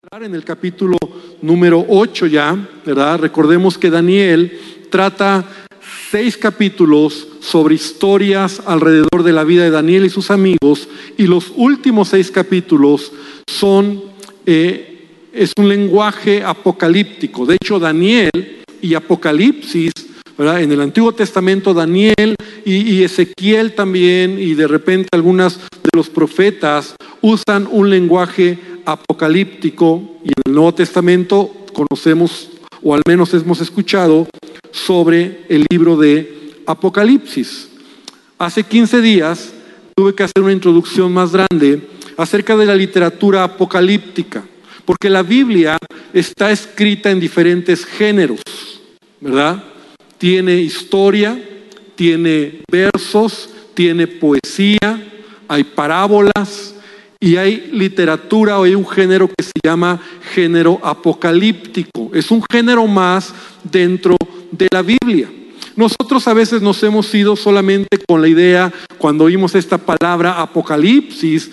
En el capítulo número 8 ya, ¿verdad? Recordemos que Daniel trata 6 capítulos sobre historias alrededor de la vida de Daniel y sus amigos, y los últimos 6 capítulos es un lenguaje apocalíptico. De hecho, Daniel y Apocalipsis, ¿verdad? En el Antiguo Testamento, Daniel y Ezequiel también, y de repente algunos de los profetas usan un lenguaje apocalíptico, y en el Nuevo Testamento conocemos, o al menos hemos escuchado, sobre el libro de Apocalipsis. Hace 15 días tuve que hacer una introducción más grande acerca de la literatura apocalíptica, porque la Biblia está escrita en diferentes géneros, ¿verdad? Tiene historia, tiene versos, tiene poesía, hay parábolas, y hay literatura, o hay un género que se llama género apocalíptico. Es un género más dentro de la Biblia. Nosotros a veces nos hemos ido solamente con la idea, cuando oímos esta palabra apocalipsis,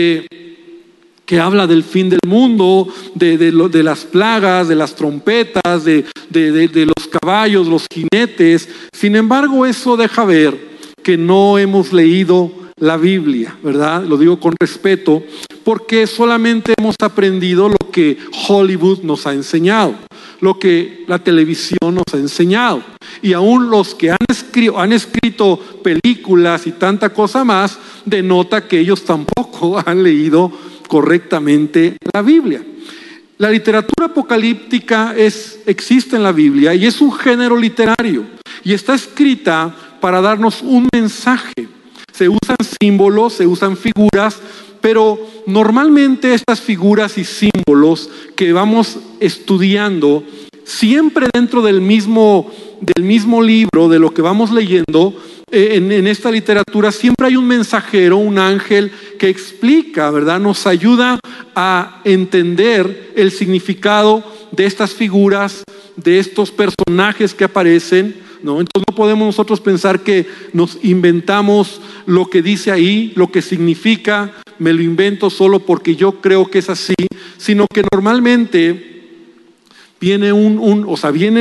que habla del fin del mundo, de las plagas, de las trompetas, de los caballos, los jinetes. Sin embargo, eso deja ver que no hemos leído la Biblia, ¿verdad? Lo digo con respeto, porque solamente hemos aprendido lo que Hollywood nos ha enseñado, lo que la televisión nos ha enseñado. Y aún los que han escrito películas y tanta cosa más, denota que ellos tampoco han leído correctamente la Biblia. La literatura apocalíptica existe en la Biblia y es un género literario, y está escrita para darnos un mensaje. Se usan símbolos, se usan figuras, pero normalmente estas figuras y símbolos que vamos estudiando, siempre dentro del mismo libro, de lo que vamos leyendo, en esta literatura siempre hay un mensajero, un ángel que explica, ¿verdad? Nos ayuda a entender el significado de estas figuras, de estos personajes que aparecen, ¿no? Entonces no podemos nosotros pensar que nos inventamos lo que dice ahí, lo que significa, me lo invento solo porque yo creo que es así, sino que normalmente viene viene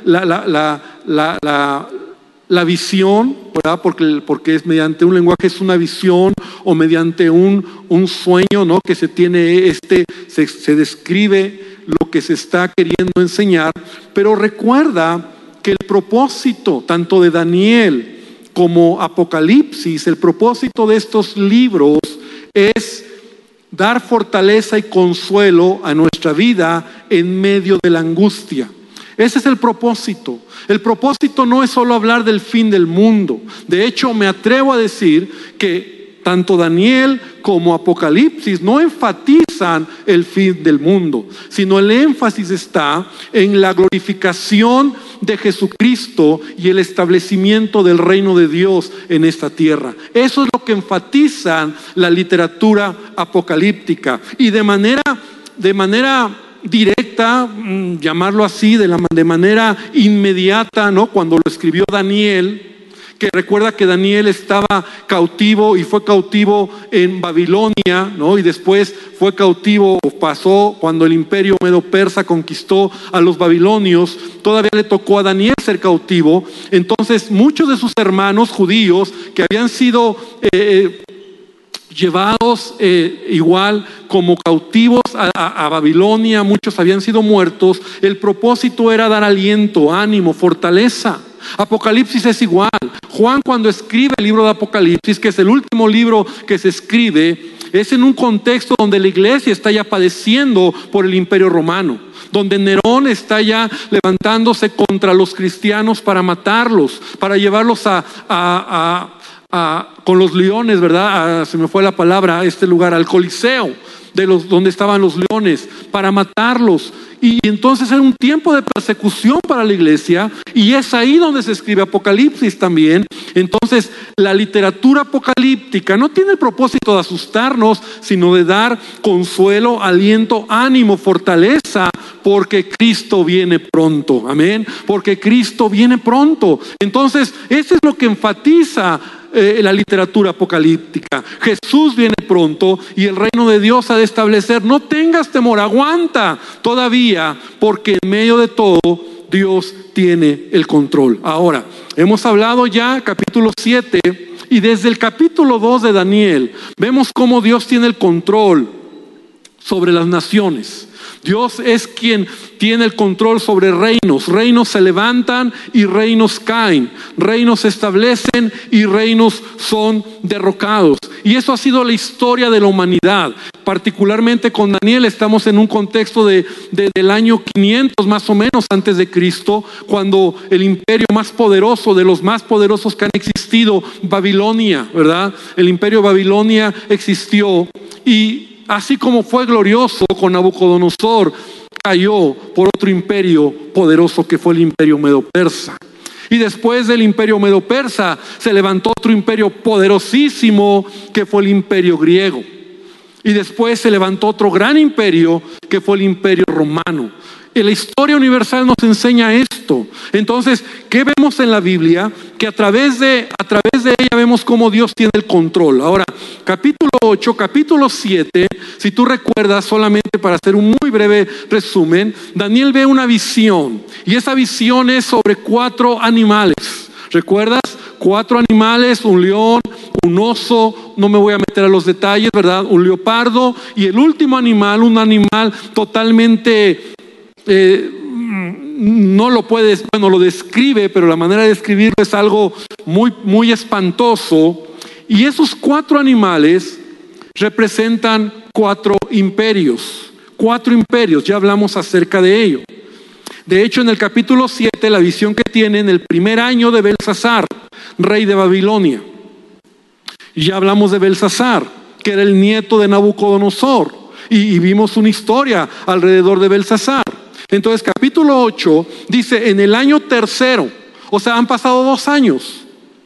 la visión, ¿verdad? Porque es mediante un lenguaje, es una visión, o mediante un sueño, ¿no? Que se tiene, se describe lo que se está queriendo enseñar. Pero recuerda que el propósito tanto de Daniel como Apocalipsis, el propósito de estos libros es dar fortaleza y consuelo a nuestra vida en medio de la angustia. Ese es el propósito. El propósito no es solo hablar del fin del mundo. De hecho, me atrevo a decir que tanto Daniel como Apocalipsis no enfatizan el fin del mundo, sino el énfasis está en la glorificación de Jesucristo y el establecimiento del reino de Dios en esta tierra. Eso es lo que enfatizan la literatura apocalíptica. Y de manera directa, llamarlo así, de manera inmediata, ¿no? Cuando lo escribió Daniel, que recuerda que Daniel estaba cautivo y fue cautivo en Babilonia, ¿no? Y después fue cautivo, o pasó cuando el imperio medo-persa conquistó a los babilonios. Todavía le tocó a Daniel ser cautivo. Entonces muchos de sus hermanos judíos que habían sido llevados igual como cautivos a Babilonia, muchos habían sido muertos. El propósito era dar aliento, ánimo, fortaleza. Apocalipsis es igual. Juan, cuando escribe el libro de Apocalipsis, que es el último libro que se escribe, es en un contexto donde la iglesia está ya padeciendo por el imperio romano, donde Nerón está ya levantándose contra los cristianos para matarlos, para llevarlos con los leones, ¿verdad? Se me fue la palabra, a este lugar, al Coliseo, donde estaban los leones, para matarlos. Y entonces era un tiempo de persecución para la iglesia, y es ahí donde se escribe Apocalipsis también. Entonces la literatura apocalíptica no tiene el propósito de asustarnos, sino de dar consuelo, aliento, ánimo, fortaleza, porque Cristo viene pronto. Amén. Porque Cristo viene pronto. Entonces eso es lo que enfatiza la literatura apocalíptica. Jesús viene pronto y el reino de Dios ha de establecer. No tengas temor, aguanta todavía, porque en medio de todo Dios tiene el control. Ahora, hemos hablado ya capítulo 7 y desde el capítulo 2 de Daniel vemos cómo Dios tiene el control sobre las naciones. Dios es quien tiene el control sobre reinos. Reinos se levantan y reinos caen. Reinos se establecen y reinos son derrocados. Y eso ha sido la historia de la humanidad. Particularmente con Daniel estamos en un contexto del año 500 más o menos antes de Cristo, cuando el imperio más poderoso, de los más poderosos que han existido, Babilonia, ¿verdad? El imperio Babilonia existió y así como fue glorioso con Nabucodonosor, cayó por otro imperio poderoso que fue el imperio medo-persa. Y después del imperio medo-persa se levantó otro imperio poderosísimo que fue el imperio griego. Y después se levantó otro gran imperio que fue el imperio romano. Y la historia universal nos enseña esto. Entonces, ¿qué vemos en la Biblia? Que a través de ella vemos cómo Dios tiene el control. Ahora, capítulo 8, capítulo 7, si tú recuerdas, solamente para hacer un muy breve resumen, Daniel ve una visión. Y esa visión es sobre 4 animales. ¿Recuerdas? 4 animales, un león, un oso, no me voy a meter a los detalles, ¿verdad? Un leopardo y el último animal, un animal totalmente... no lo puedes, bueno, lo describe, pero la manera de describirlo es algo muy, muy espantoso. Y esos 4 animales representan 4 imperios. 4 imperios, ya hablamos acerca de ello. De hecho, en el capítulo 7, la visión que tiene en el primer año de Belsasar, rey de Babilonia. Y ya hablamos de Belsasar, que era el nieto de Nabucodonosor. Y vimos una historia alrededor de Belsasar. Entonces, capítulo 8 dice, en el año tercero, o sea, han pasado 2 años,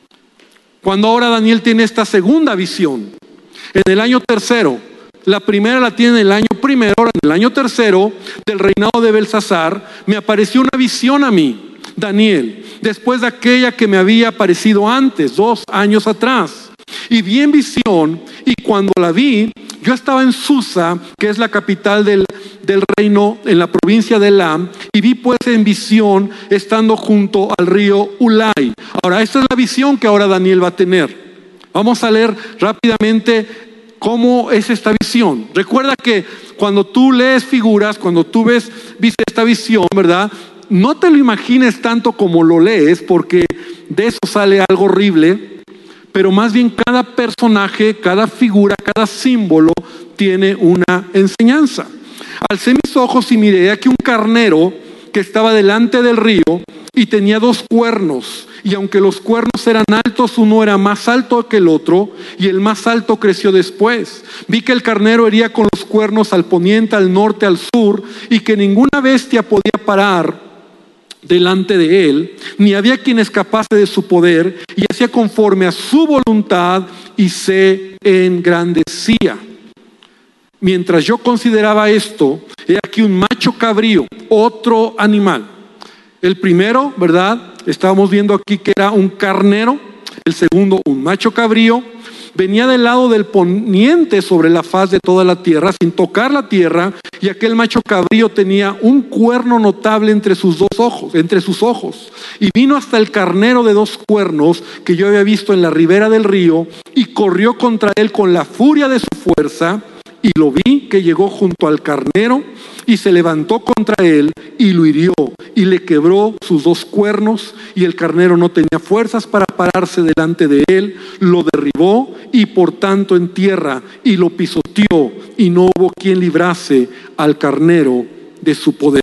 cuando ahora Daniel tiene esta segunda visión. En el año tercero, la primera la tiene en el año primero, ahora en el año tercero del reinado de Belsasar, me apareció una visión a mí, Daniel, después de aquella que me había aparecido antes, 2 años atrás. Y vi en visión, y cuando la vi, yo estaba en Susa, que es la capital del reino, en la provincia de Elam, y vi pues en visión estando junto al río Ulai. Ahora, esta es la visión que ahora Daniel va a tener. Vamos a leer rápidamente cómo es esta visión. Recuerda que cuando tú lees figuras, cuando tú viste esta visión, ¿verdad? No te lo imagines tanto como lo lees, porque de eso sale algo horrible. Pero más bien cada personaje, cada figura, cada símbolo tiene una enseñanza. Alcé mis ojos y miré aquí un carnero que estaba delante del río y tenía 2 cuernos. Y aunque los cuernos eran altos, uno era más alto que el otro, y el más alto creció después. Vi que el carnero hería con los cuernos al poniente, al norte, al sur, y que ninguna bestia podía parar delante de él, ni había quien escapase de su poder, y hacía conforme a su voluntad y se engrandecía. Mientras yo consideraba esto, he aquí un macho cabrío, otro animal. El primero, ¿verdad? Estábamos viendo aquí que era un carnero. El segundo, un macho cabrío. Venía del lado del poniente sobre la faz de toda la tierra, sin tocar la tierra, y aquel macho cabrío tenía un cuerno notable entre sus ojos, y vino hasta el carnero de 2 cuernos que yo había visto en la ribera del río, y corrió contra él con la furia de su fuerza, y lo vi que llegó junto al carnero, y se levantó contra él, y lo hirió, y le quebró sus 2 cuernos, y el carnero no tenía fuerzas para pararse delante de él, lo derribó, y por tanto en tierra, y lo pisoteó, y no hubo quien librase al carnero de su poder.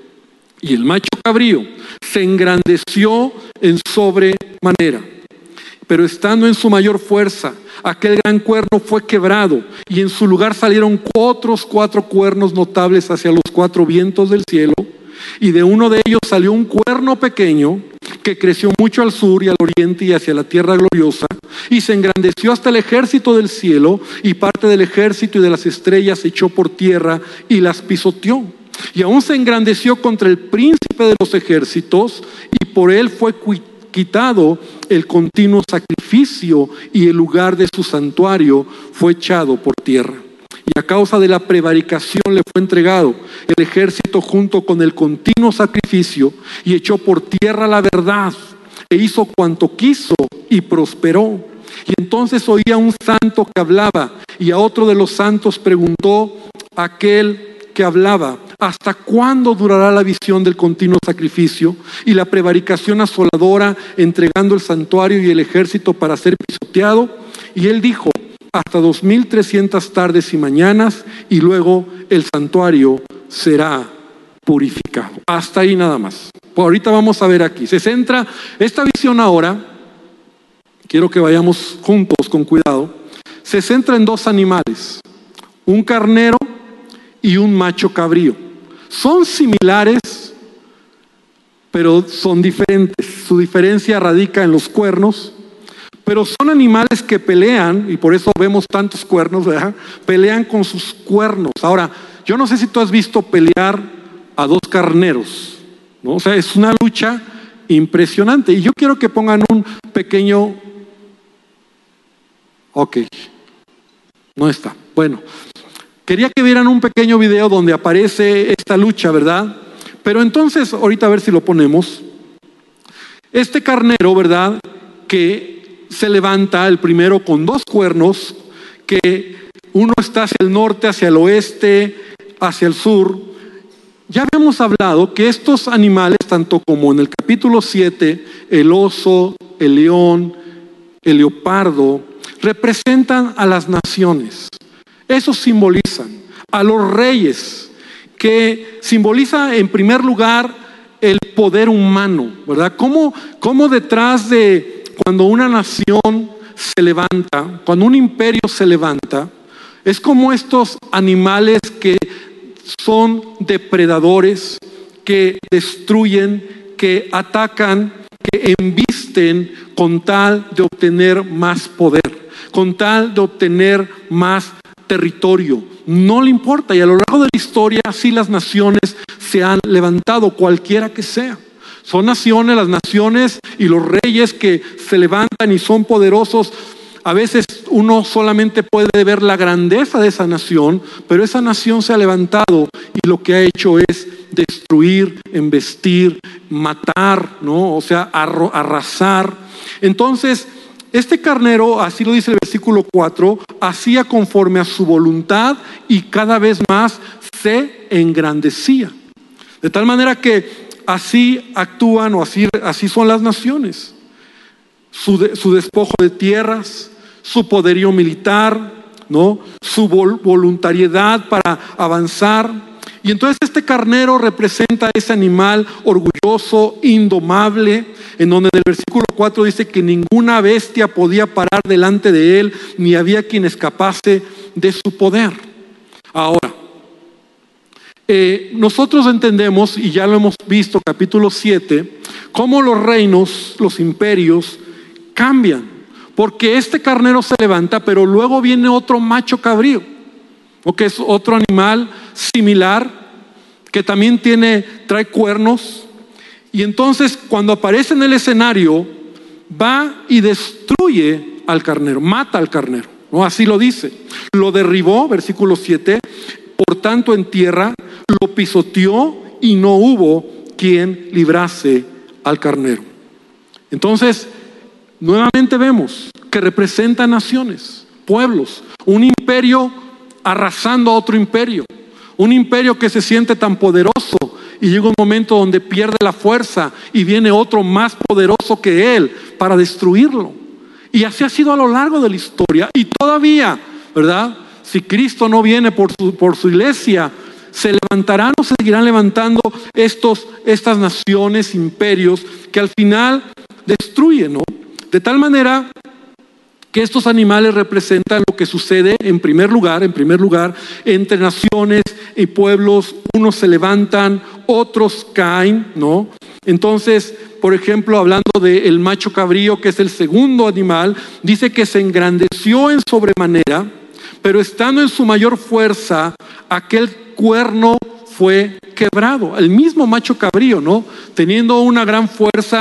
Y el macho cabrío se engrandeció en sobremanera, pero estando en su mayor fuerza, aquel gran cuerno fue quebrado, y en su lugar salieron otros 4 cuernos notables hacia los 4 vientos del cielo, y de uno de ellos salió un cuerno pequeño que creció mucho al sur y al oriente y hacia la tierra gloriosa, y se engrandeció hasta el ejército del cielo, y parte del ejército y de las estrellas se echó por tierra y las pisoteó. Y aún se engrandeció contra el príncipe de los ejércitos, y por él fue quitado el continuo sacrificio y el lugar de su santuario fue echado por tierra. Y a causa de la prevaricación le fue entregado el ejército junto con el continuo sacrificio, y echó por tierra la verdad, e hizo cuanto quiso y prosperó. Y entonces oía un santo que hablaba, y a otro de los santos preguntó aquel que hablaba: ¿hasta cuándo durará la visión del continuo sacrificio y la prevaricación asoladora, entregando el santuario y el ejército para ser pisoteado? Y él dijo: hasta 2300 tardes y mañanas, y luego el santuario será purificado. Hasta ahí nada más. Pues ahorita vamos a ver aquí. Se centra esta visión ahora, quiero que vayamos juntos con cuidado, se centra en dos animales, un carnero y un macho cabrío. Son similares, pero son diferentes. Su diferencia radica en los cuernos, pero son animales que pelean, y por eso vemos tantos cuernos, ¿verdad? Pelean con sus cuernos. Ahora, yo no sé si tú has visto pelear a dos carneros, ¿no? O sea, es una lucha impresionante. Y yo quiero que pongan un pequeño... Ok, no está. Bueno, quería que vieran un pequeño video donde aparece esta lucha, ¿verdad? Pero entonces, ahorita a ver si lo ponemos. Este carnero, ¿verdad?, que se levanta, el primero con dos cuernos, que uno está hacia el norte, hacia el oeste, hacia el sur. Ya habíamos hablado que estos animales, tanto como en el capítulo 7, el oso, el león, el leopardo, representan a las naciones. Eso simbolizan a los reyes, que simboliza en primer lugar el poder humano, ¿verdad? ¿Cómo detrás de cuando una nación se levanta, cuando un imperio se levanta, es como estos animales que son depredadores, que destruyen, que atacan, que embisten con tal de obtener más poder, con tal de obtener más territorio? No le importa. Y a lo largo de la historia así las naciones se han levantado, cualquiera que sea. Son naciones, las naciones y los reyes que se levantan y son poderosos. A veces uno solamente puede ver la grandeza de esa nación, pero esa nación se ha levantado y lo que ha hecho es destruir, embestir, matar, ¿no? O sea, arrasar. Entonces, este carnero, así lo dice el versículo 4, hacía conforme a su voluntad y cada vez más se engrandecía. De tal manera que así actúan, o así son las naciones. Su despojo de tierras, su poderío militar, ¿no? Su voluntariedad para avanzar. Y entonces este carnero representa a ese animal orgulloso, indomable, en donde en el versículo 4 dice que ninguna bestia podía parar delante de él, ni había quien escapase de su poder. Ahora, nosotros entendemos, y ya lo hemos visto, capítulo 7, cómo los reinos, los imperios cambian, porque este carnero se levanta, pero luego viene otro macho cabrío, o que es otro animal similar, que también trae cuernos, y entonces cuando aparece en el escenario, va y destruye al carnero, mata al carnero, ¿no? Así lo dice. Lo derribó, versículo 7, por tanto en tierra, lo pisoteó y no hubo quien librase al carnero. Entonces, nuevamente vemos que representa naciones, pueblos, un imperio arrasando a otro imperio, un imperio que se siente tan poderoso y llega un momento donde pierde la fuerza y viene otro más poderoso que él para destruirlo. Y así ha sido a lo largo de la historia, y todavía, ¿verdad? Si Cristo no viene por su iglesia, se levantarán o se seguirán levantando estas naciones, imperios, que al final destruyen, ¿no? De tal manera que estos animales representan lo que sucede en primer lugar, entre naciones y pueblos. Unos se levantan, otros caen, ¿no? Entonces, por ejemplo, hablando del macho cabrío, que es el segundo animal, dice que se engrandeció en sobremanera, pero estando en su mayor fuerza, aquel cuerno fue quebrado. El mismo macho cabrío, ¿no? Teniendo una gran fuerza,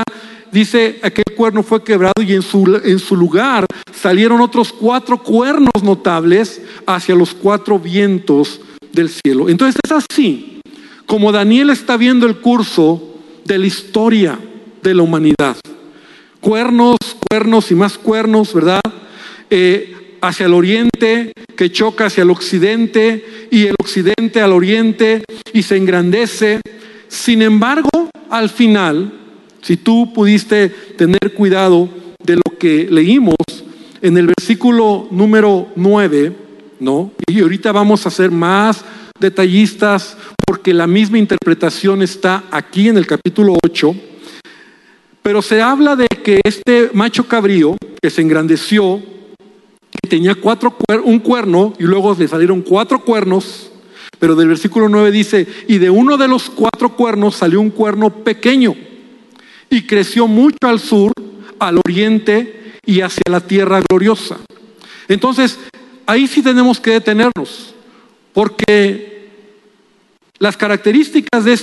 dice, aquel cuerno fue quebrado y en su lugar salieron otros 4 cuernos notables hacia los 4 vientos del cielo. Entonces es así como Daniel está viendo el curso de la historia de la humanidad. Cuernos, cuernos y más cuernos, ¿verdad? Hacia el oriente, que choca hacia el occidente, y el occidente al oriente, y se engrandece. Sin embargo, al final, si tú pudiste tener cuidado de lo que leímos en el versículo número 9, ¿no? Y ahorita vamos a ser más detallistas porque la misma interpretación está aquí en el capítulo 8, pero se habla de que este macho cabrío que se engrandeció, que tenía un cuerno y luego le salieron 4 cuernos, pero del versículo 9 dice, y de uno de los 4 cuernos salió un cuerno pequeño y creció mucho al sur, al oriente y hacia la tierra gloriosa. Entonces, ahí sí tenemos que detenernos, porque las características de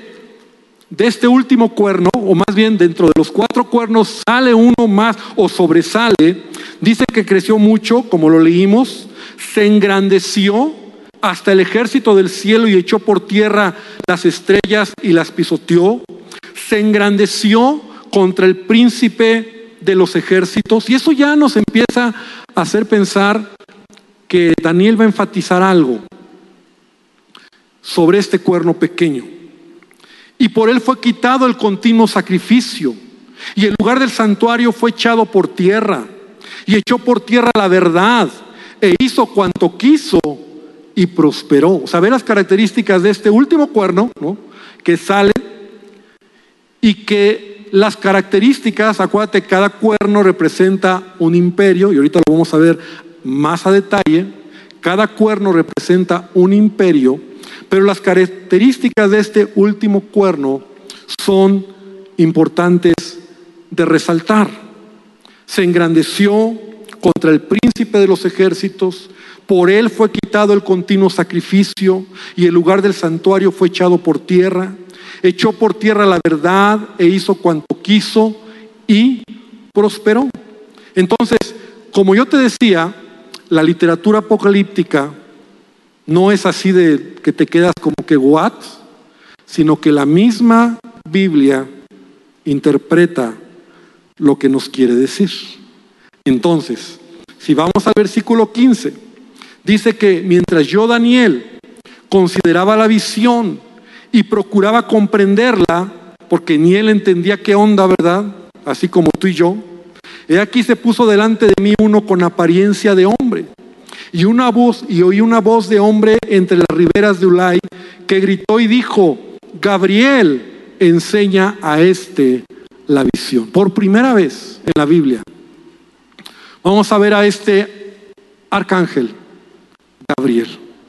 este último cuerno, o más bien dentro de los 4 cuernos sale uno más o sobresale. Dice que creció mucho, como lo leímos, se engrandeció hasta el ejército del cielo y echó por tierra las estrellas y las pisoteó. Se engrandeció contra el príncipe de los ejércitos, y eso ya nos empieza a hacer pensar que Daniel va a enfatizar algo sobre este cuerno pequeño. Y por él fue quitado el continuo sacrificio, y el lugar del santuario fue echado por tierra, y echó por tierra la verdad, e hizo cuanto quiso, y prosperó. O sea, ve las características de este último cuerno, ¿no? Que sale, y que las características, acuérdate, cada cuerno representa un imperio, y ahorita lo vamos a ver más a detalle. Cada cuerno representa un imperio, pero las características de este último cuerno son importantes de resaltar. Se engrandeció contra el príncipe de los ejércitos, por él fue quitado el continuo sacrificio, y el lugar del santuario fue echado por tierra. Echó por tierra la verdad e hizo cuanto quiso y prosperó. Entonces, como yo te decía, la literatura apocalíptica no es así de que te quedas como que what, sino que la misma Biblia interpreta lo que nos quiere decir. Entonces, si vamos al versículo 15, dice que mientras yo, Daniel, consideraba la visión y procuraba comprenderla, porque ni él entendía qué onda, ¿verdad? Así como tú y yo. He aquí se puso delante de mí uno con apariencia de hombre, y oí una voz de hombre entre las riberas de Ulai, que gritó y dijo: Gabriel, enseña a este la visión. Por primera vez en la Biblia vamos a ver a este arcángel, Gabriel.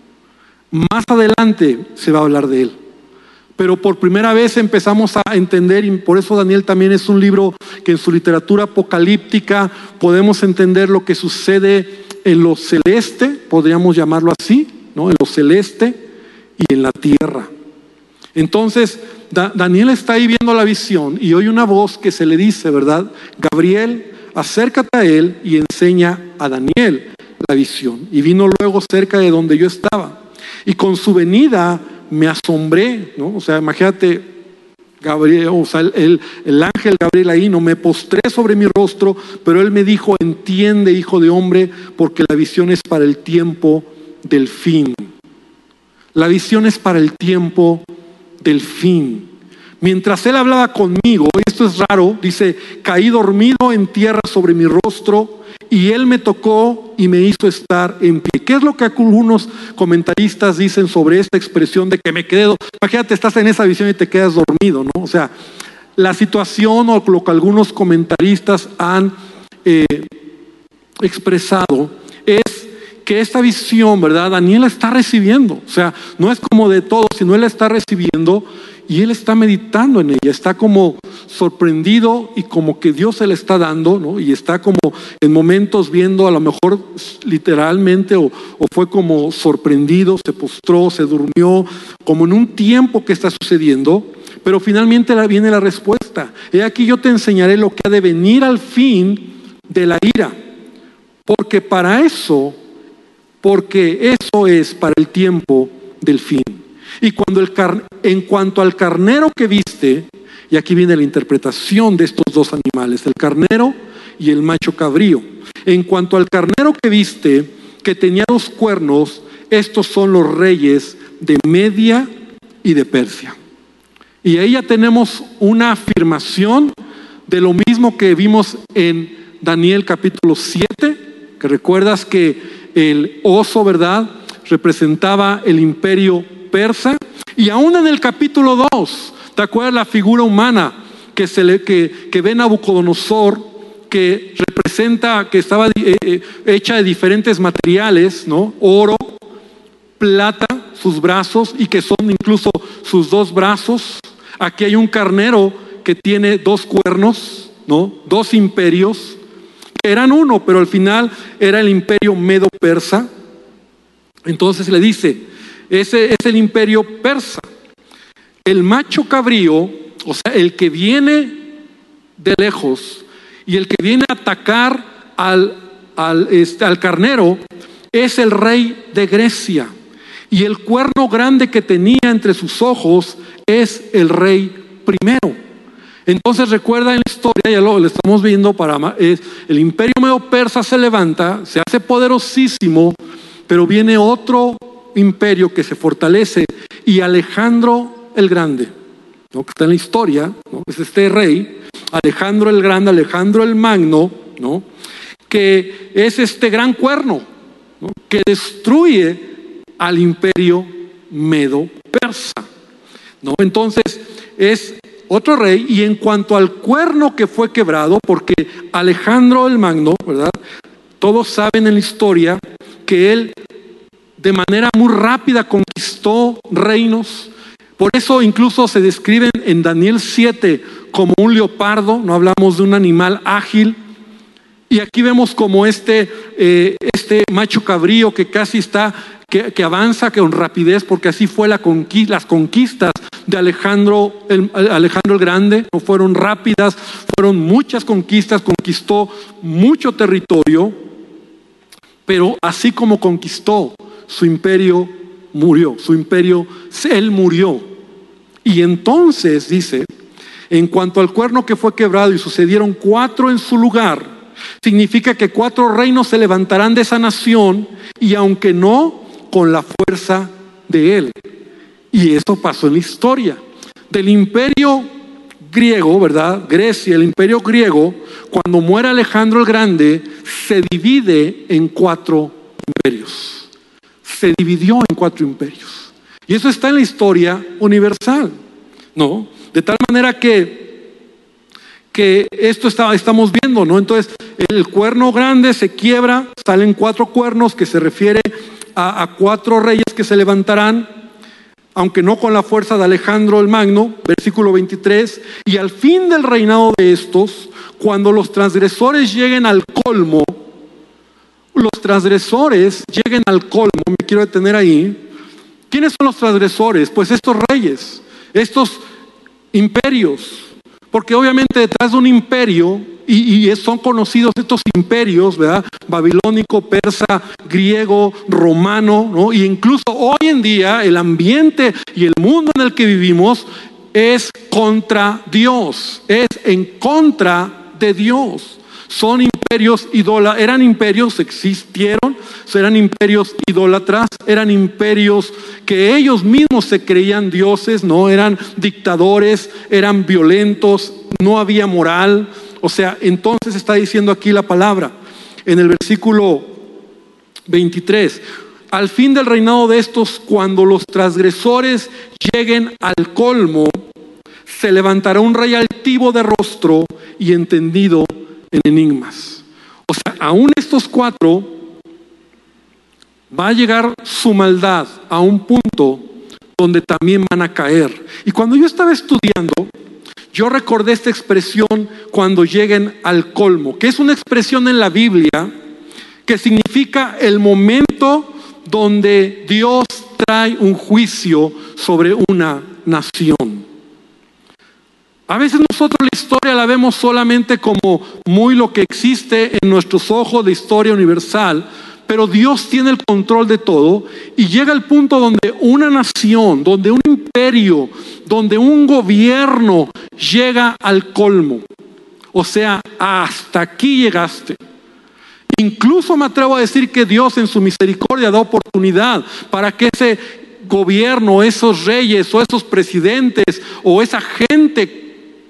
Más adelante se va a hablar de él, pero por primera vez empezamos a entender, y por eso Daniel también es un libro que en su literatura apocalíptica podemos entender lo que sucede en lo celeste, podríamos llamarlo así, ¿no? En lo celeste y en la tierra. Entonces, Daniel está ahí viendo la visión y oye una voz que se le dice, ¿verdad? Gabriel, acércate a él y enseña a Daniel la visión. Y vino luego cerca de donde yo estaba, y con su venida me asombré, ¿no? O sea, imagínate, Gabriel, o sea, el ángel Gabriel ahí, no me postré sobre mi rostro, pero él me dijo: entiende, hijo de hombre, porque la visión es para el tiempo del fin. La visión es para el tiempo del fin. Mientras él hablaba conmigo, y esto es raro, dice: caí dormido en tierra sobre mi rostro, y él me tocó y me hizo estar en pie. ¿Qué es lo que algunos comentaristas dicen sobre esta expresión de que me quedé? Imagínate, estás en esa visión y te quedas dormido, ¿no? O sea, la situación o lo que algunos comentaristas han expresado es que esta visión, ¿verdad? Daniel la está recibiendo. O sea, no es como de todo, sino él la está recibiendo y él está meditando en ella. Está como sorprendido y como que Dios se le está dando, ¿no? Y está como en momentos viendo, a lo mejor literalmente, o fue como sorprendido, se postró, se durmió, como en un tiempo que está sucediendo. Pero finalmente viene la respuesta. He aquí yo te enseñaré lo que ha de venir al fin de la ira. Porque eso es para el tiempo del fin. Y en cuanto al carnero que viste, y aquí viene la interpretación de estos dos animales, el carnero y el macho cabrío. En cuanto al carnero que viste, que tenía 2 cuernos, estos son los reyes de Media y de Persia. Y ahí ya tenemos una afirmación de lo mismo que vimos en Daniel capítulo 7, que recuerdas que el oso, ¿verdad?, representaba el imperio persa. Y aún en el capítulo 2, ¿te acuerdas la figura humana que ve Nabucodonosor, que representa, que estaba hecha de diferentes materiales, ¿no? Oro, plata, sus brazos, y que son incluso sus 2 brazos. Aquí hay un carnero que tiene 2 cuernos, ¿no? 2 imperios, que eran uno, pero al final era el imperio medo-persa. Entonces le dice, ese es el imperio persa. El macho cabrío, o sea, el que viene de lejos y el que viene a atacar al carnero, es el rey de Grecia. Y el cuerno grande que tenía entre sus ojos es el rey primero. Entonces recuerda en la historia, ya lo estamos viendo, el imperio medo-persa se levanta, se hace poderosísimo, pero viene otro imperio que se fortalece, y Alejandro el Grande, ¿no?, que está en la historia, ¿no?, es este rey, Alejandro el Grande, Alejandro el Magno, ¿no?, que es este gran cuerno, ¿no?, que destruye al imperio medo-persa, ¿no? Entonces es otro rey. Y en cuanto al cuerno que fue quebrado, porque Alejandro el Magno, ¿verdad?, todos saben en la historia que él de manera muy rápida conquistó reinos. Por eso incluso se describen en Daniel 7 como un leopardo, no hablamos de un animal ágil. Y aquí vemos como este macho cabrío que casi está, que avanza con rapidez, porque así fue las conquistas de Alejandro el Grande. No fueron rápidas, fueron muchas conquistas, conquistó mucho territorio, pero así como conquistó, su imperio murió, él murió. Y entonces dice, en cuanto al cuerno que fue quebrado y sucedieron 4 en su lugar, significa que 4 reinos se levantarán de esa nación, y aunque no con la fuerza de él. Y eso pasó en la historia del imperio griego, ¿verdad? Grecia, el imperio griego, cuando muere Alejandro el Grande, se divide en 4 imperios. Se dividió en 4 imperios. Y eso está en la historia universal, ¿no? De tal manera que esto estamos viendo, ¿no? Entonces, el cuerno grande se quiebra, salen 4 cuernos, que se refiere a 4 reyes que se levantarán, aunque no con la fuerza de Alejandro el Magno, versículo 23. Y al fin del reinado de estos, cuando los transgresores lleguen al colmo, me quiero detener ahí. ¿Quiénes son los transgresores? Pues estos reyes, estos imperios, porque obviamente detrás de un imperio, y son conocidos estos imperios, ¿verdad?, babilónico, persa, griego, romano, ¿no? Y incluso hoy en día el ambiente y el mundo en el que vivimos es contra Dios, es en contra de Dios. Son imperios idólatras, eran imperios, existieron, eran imperios idólatras, eran imperios que ellos mismos se creían dioses, no eran dictadores, eran violentos, no había moral. O sea, entonces está diciendo aquí la palabra en el versículo 23: al fin del reinado de estos, cuando los transgresores lleguen al colmo, se levantará un rey altivo de rostro y entendido en enigmas. O sea, aún estos 4 va a llegar su maldad a un punto donde también van a caer. Y cuando yo estaba estudiando, yo recordé esta expresión, cuando lleguen al colmo, que es una expresión en la Biblia que significa el momento donde Dios trae un juicio sobre una nación. A veces nosotros la historia la vemos solamente como muy lo que existe en nuestros ojos de historia universal, pero Dios tiene el control de todo y llega el punto donde una nación, donde un imperio, donde un gobierno llega al colmo. O sea, hasta aquí llegaste. Incluso me atrevo a decir que Dios en su misericordia da oportunidad para que ese gobierno, esos reyes o esos presidentes o esa gente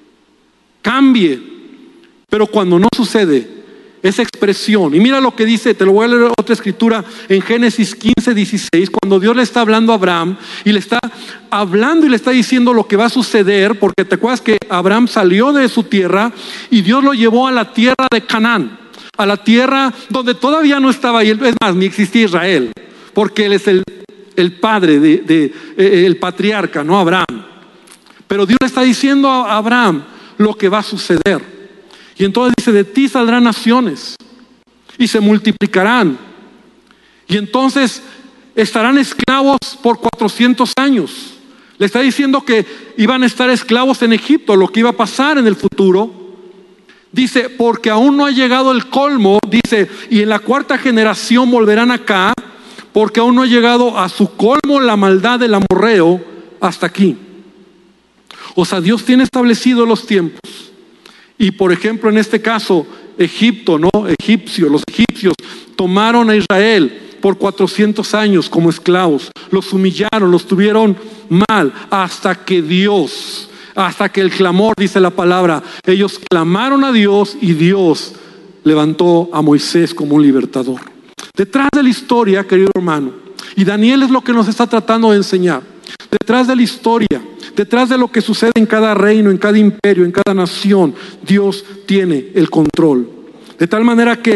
cambie. Pero cuando no sucede esa expresión, y mira lo que dice, te lo voy a leer otra escritura en Génesis 15:16, cuando Dios le está hablando a Abraham y le está hablando y le está diciendo lo que va a suceder, porque te acuerdas que Abraham salió de su tierra y Dios lo llevó a la tierra de Canaán, a la tierra donde todavía no estaba, y es más, ni existía Israel, porque él es el padre el patriarca, no Abraham. Pero Dios le está diciendo a Abraham lo que va a suceder. Y entonces dice, de ti saldrán naciones y se multiplicarán. Y entonces estarán esclavos por 400 años. Le está diciendo que iban a estar esclavos en Egipto, lo que iba a pasar en el futuro. Dice, porque aún no ha llegado el colmo, dice, y en la 4ª generación volverán acá, porque aún no ha llegado a su colmo la maldad del amorreo hasta aquí. O sea, Dios tiene establecido los tiempos. Y por ejemplo, en este caso, Egipto, los egipcios tomaron a Israel por 400 años como esclavos. Los humillaron, los tuvieron mal, hasta que el clamor, dice la palabra, ellos clamaron a Dios y Dios levantó a Moisés como un libertador. Detrás de la historia, querido hermano, y Daniel es lo que nos está tratando de enseñar, detrás de la historia, detrás de lo que sucede en cada reino, en cada imperio, en cada nación, Dios tiene el control. De tal manera que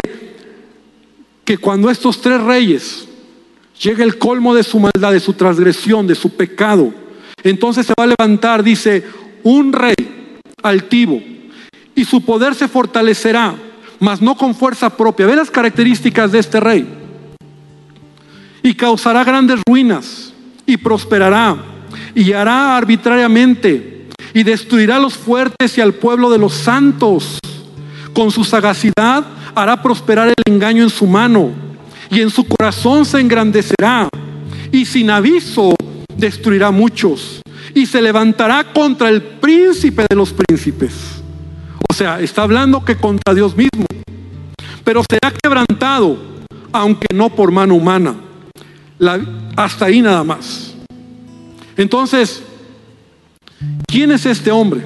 cuando estos 3 reyes llega el colmo de su maldad, de su transgresión, de su pecado, entonces se va a levantar, dice, un rey altivo, y su poder se fortalecerá, mas no con fuerza propia. Ve las características de este rey. Y causará grandes ruinas, y prosperará, y hará arbitrariamente, y destruirá a los fuertes y al pueblo de los santos. Con su sagacidad hará prosperar el engaño en su mano, y en su corazón se engrandecerá, y sin aviso destruirá muchos, y se levantará contra el príncipe de los príncipes. O sea, está hablando que contra Dios mismo, pero será quebrantado, aunque no por mano humana. Hasta ahí nada más. Entonces, ¿quién es este hombre?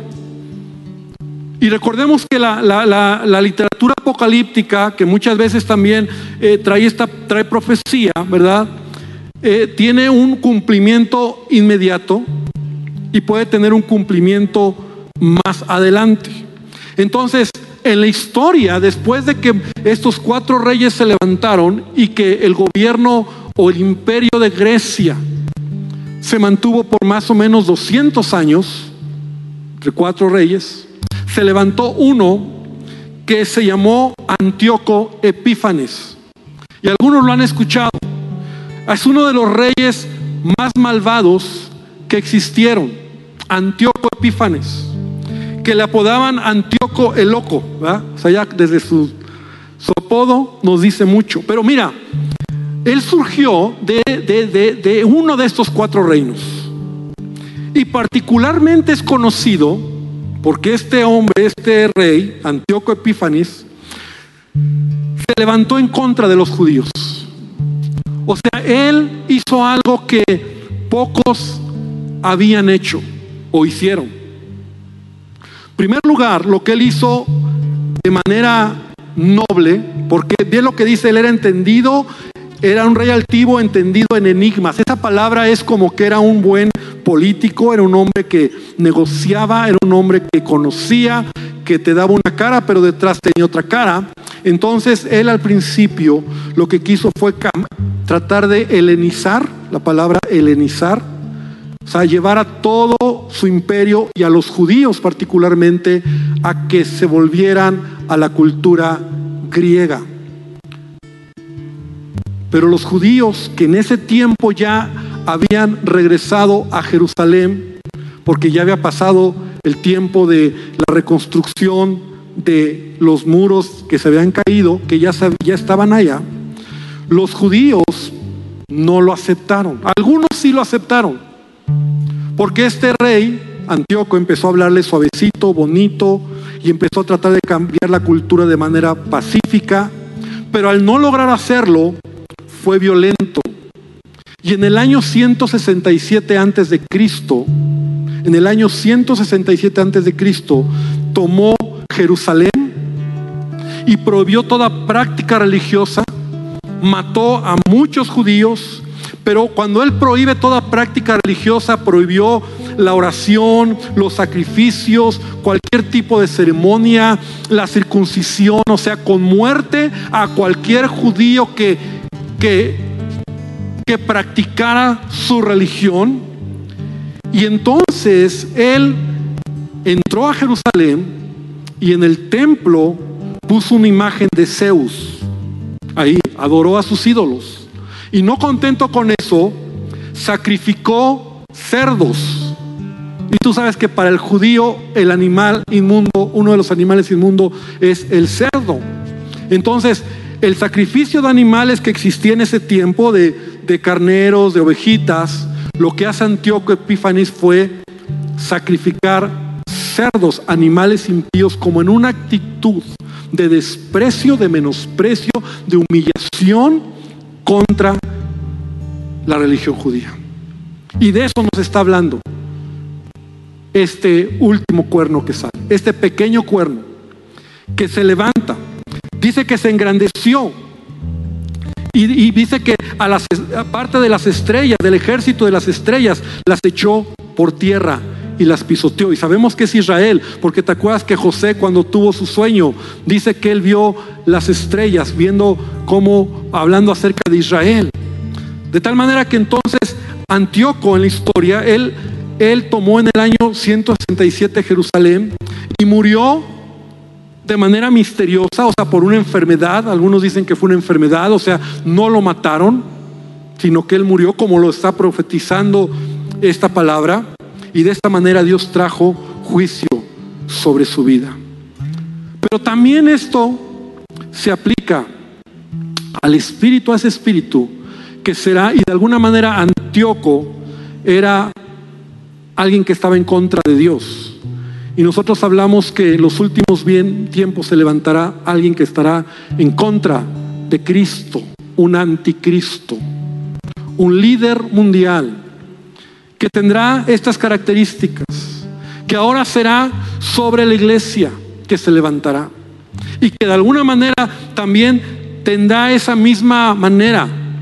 Y recordemos que la literatura apocalíptica, que muchas veces también trae profecía, ¿verdad? Tiene un cumplimiento inmediato y puede tener un cumplimiento más adelante. Entonces, en la historia, después de que estos 4 reyes se levantaron y que el gobierno o el imperio de Grecia se mantuvo por más o menos 200 años, entre 4 reyes, se levantó uno que se llamó Antíoco Epífanes. Y algunos lo han escuchado. Es uno de los reyes más malvados que existieron, Antíoco Epífanes, que le apodaban Antíoco el Loco, ¿verdad? O sea, ya desde su apodo nos dice mucho. Pero mira, él surgió de uno de estos 4 reinos. Y particularmente es conocido porque este hombre, este rey, Antíoco Epífanes, se levantó en contra de los judíos. O sea, él hizo algo que pocos habían hecho o hicieron. En primer lugar, lo que él hizo de manera noble, porque bien lo que dice, él era entendido, era un rey altivo, entendido en enigmas. Esa palabra es como que era un buen político, era un hombre que negociaba, era un hombre que conocía, que te daba una cara, pero detrás tenía otra cara. Entonces él al principio lo que quiso fue tratar de helenizar, la palabra helenizar, o sea, llevar a todo su imperio y a los judíos particularmente a que se volvieran a la cultura griega. Pero los judíos que en ese tiempo ya habían regresado a Jerusalén, porque ya había pasado el tiempo de la reconstrucción de los muros que se habían caído, que ya estaban allá, los judíos no lo aceptaron. Algunos sí lo aceptaron, porque este rey Antíoco empezó a hablarle suavecito, bonito, y empezó a tratar de cambiar la cultura de manera pacífica, pero al no lograr hacerlo, fue violento. Y en el año 167 antes de Cristo, tomó Jerusalén y prohibió toda práctica religiosa, mató a muchos judíos. Pero cuando él prohíbe toda práctica religiosa, prohibió la oración, los sacrificios, cualquier tipo de ceremonia, la circuncisión, o sea, con muerte a cualquier judío que practicara su religión. Y entonces él entró a Jerusalén y en el templo puso una imagen de Zeus. Ahí adoró a sus ídolos. Y no contento con eso, sacrificó cerdos. Y tú sabes que para el judío el animal inmundo, uno de los animales inmundos, es el cerdo. Entonces, el sacrificio de animales que existía en ese tiempo, de carneros, de ovejitas, lo que hace Antíoco Epífanes fue sacrificar cerdos, animales impíos, como en una actitud de desprecio, de menosprecio, de humillación contra la religión judía. Y de eso nos está hablando este último cuerno que sale, este pequeño cuerno que se levanta. Dice que se engrandeció y dice que aparte de las estrellas, del ejército de las estrellas, las echó por tierra y las pisoteó. Y sabemos que es Israel, porque te acuerdas que José, cuando tuvo su sueño, dice que él vio las estrellas, hablando acerca de Israel. De tal manera que entonces Antíoco, en la historia, él tomó en el año 167 Jerusalén y murió de manera misteriosa, o sea, por una enfermedad. Algunos dicen que fue una enfermedad, o sea, no lo mataron, sino que él murió, como lo está profetizando esta palabra. Y de esta manera Dios trajo juicio sobre su vida. Pero también esto se aplica al espíritu, a ese espíritu que será, y de alguna manera Antíoco era alguien que estaba en contra de Dios. Y nosotros hablamos que en los últimos tiempos se levantará alguien que estará en contra de Cristo, un anticristo, un líder mundial que tendrá estas características, que ahora será sobre la iglesia que se levantará, y que de alguna manera también tendrá esa misma manera.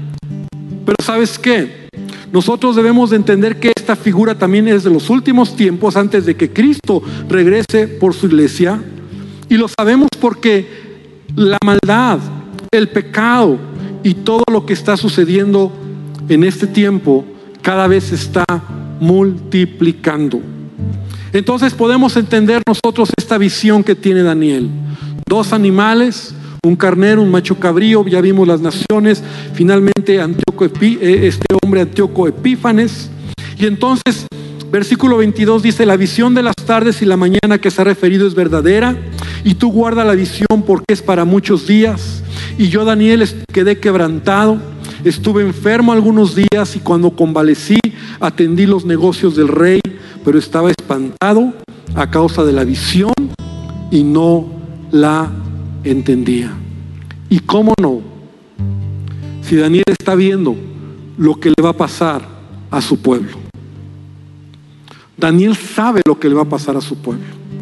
Pero ¿sabes qué? Nosotros debemos de entender que esta figura también es de los últimos tiempos, antes de que Cristo regrese por su iglesia. Y lo sabemos porque la maldad, el pecado y todo lo que está sucediendo en este tiempo cada vez se está multiplicando. Entonces podemos entender nosotros esta visión que tiene Daniel: dos animales, un carnero, un macho cabrío. Ya vimos las naciones. Finalmente este hombre Antíoco Epífanes. Y entonces versículo 22 dice: la visión de las tardes y la mañana que se ha referido es verdadera, y tú guarda la visión, porque es para muchos días. Y yo, Daniel, quedé quebrantado, estuve enfermo algunos días, y cuando convalecí atendí los negocios del rey, pero estaba espantado a causa de la visión y no la entendía. ¿Y cómo no? Si Daniel está viendo lo que le va a pasar a su pueblo. Daniel sabe lo que le va a pasar a su pueblo.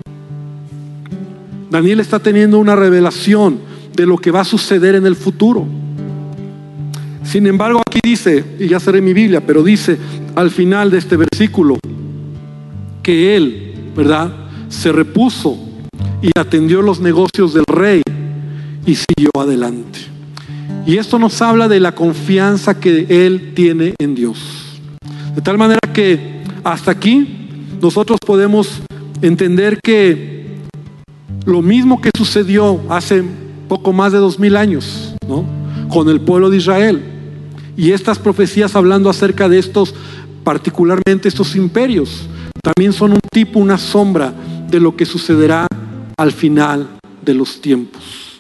Daniel está teniendo una revelación de lo que va a suceder en el futuro. Sin embargo, aquí dice, y ya cerré mi Biblia, pero dice al final de este versículo que él, ¿verdad?, se repuso y atendió los negocios del rey y siguió adelante. Y esto nos habla de la confianza que él tiene en Dios. De tal manera que hasta aquí nosotros podemos entender que lo mismo que sucedió hace poco más de 2000 años, ¿no?, con el pueblo de Israel, y estas profecías hablando acerca de estos, particularmente estos imperios, también son un tipo, una sombra de lo que sucederá al final de los tiempos.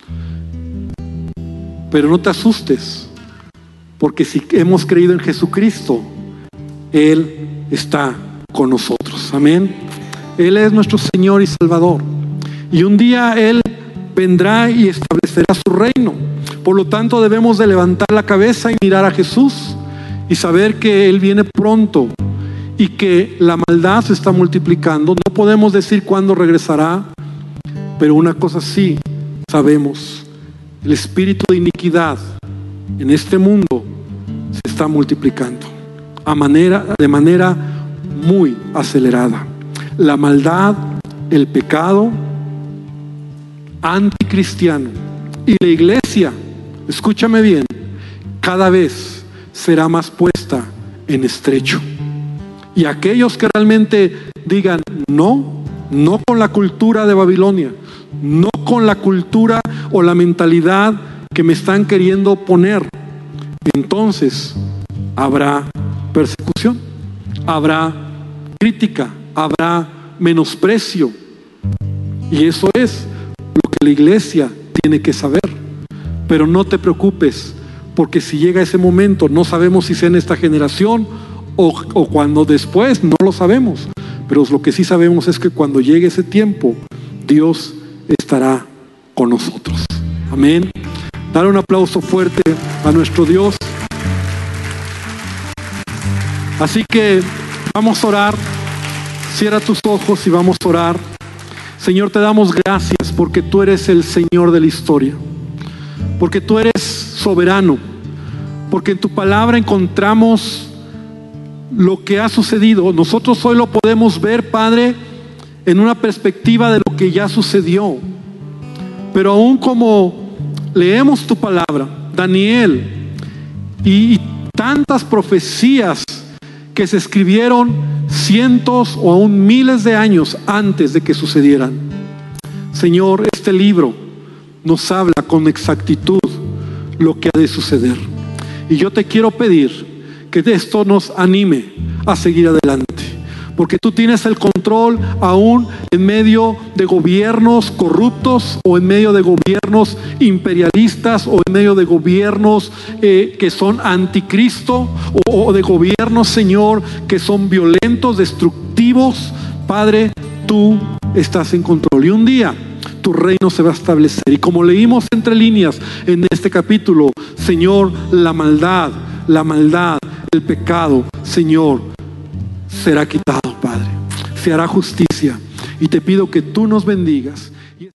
Pero no te asustes, porque si hemos creído en Jesucristo, Él está con nosotros. Amén. Él es nuestro Señor y Salvador. Y un día Él vendrá y establecerá su reino. Por lo tanto, debemos de levantar la cabeza y mirar a Jesús y saber que Él viene pronto y que la maldad se está multiplicando. No podemos decir cuándo regresará, pero una cosa sí sabemos: el espíritu de iniquidad en este mundo se está multiplicando de manera muy acelerada. La maldad, el pecado anticristiano y la iglesia, escúchame bien, cada vez será más puesta en estrecho. Y aquellos que realmente digan no con la cultura de Babilonia, no con la cultura o la mentalidad que me están queriendo poner, entonces habrá persecución, habrá crítica, habrá menosprecio. Y eso es lo que la iglesia tiene que saber. Pero no te preocupes, porque si llega ese momento, no sabemos si sea en esta generación o cuando después, no lo sabemos. Pero lo que sí sabemos es que cuando llegue ese tiempo, Dios estará con nosotros. Amén. Dar un aplauso fuerte a nuestro Dios. Así que vamos a orar. Cierra tus ojos y vamos a orar. Señor, te damos gracias porque tú eres el Señor de la historia, porque tú eres soberano, porque en tu palabra encontramos lo que ha sucedido. Nosotros hoy lo podemos ver, Padre, en una perspectiva de lo que ya sucedió. Pero aún como leemos tu palabra, Daniel y tantas profecías que se escribieron cientos o aún miles de años antes de que sucedieran, Señor, este libro nos habla con exactitud lo que ha de suceder. Y yo te quiero pedir que esto nos anime a seguir adelante, porque tú tienes el control aún en medio de gobiernos corruptos, o en medio de gobiernos imperialistas, o en medio de gobiernos que son anticristo, o de gobiernos, Señor, que son violentos, destructivos. Padre, tú estás en control, y un día tu reino se va a establecer. Y como leímos entre líneas en este capítulo, Señor, la maldad, el pecado, Señor, será quitado, Padre. Se hará justicia. Y te pido que tú nos bendigas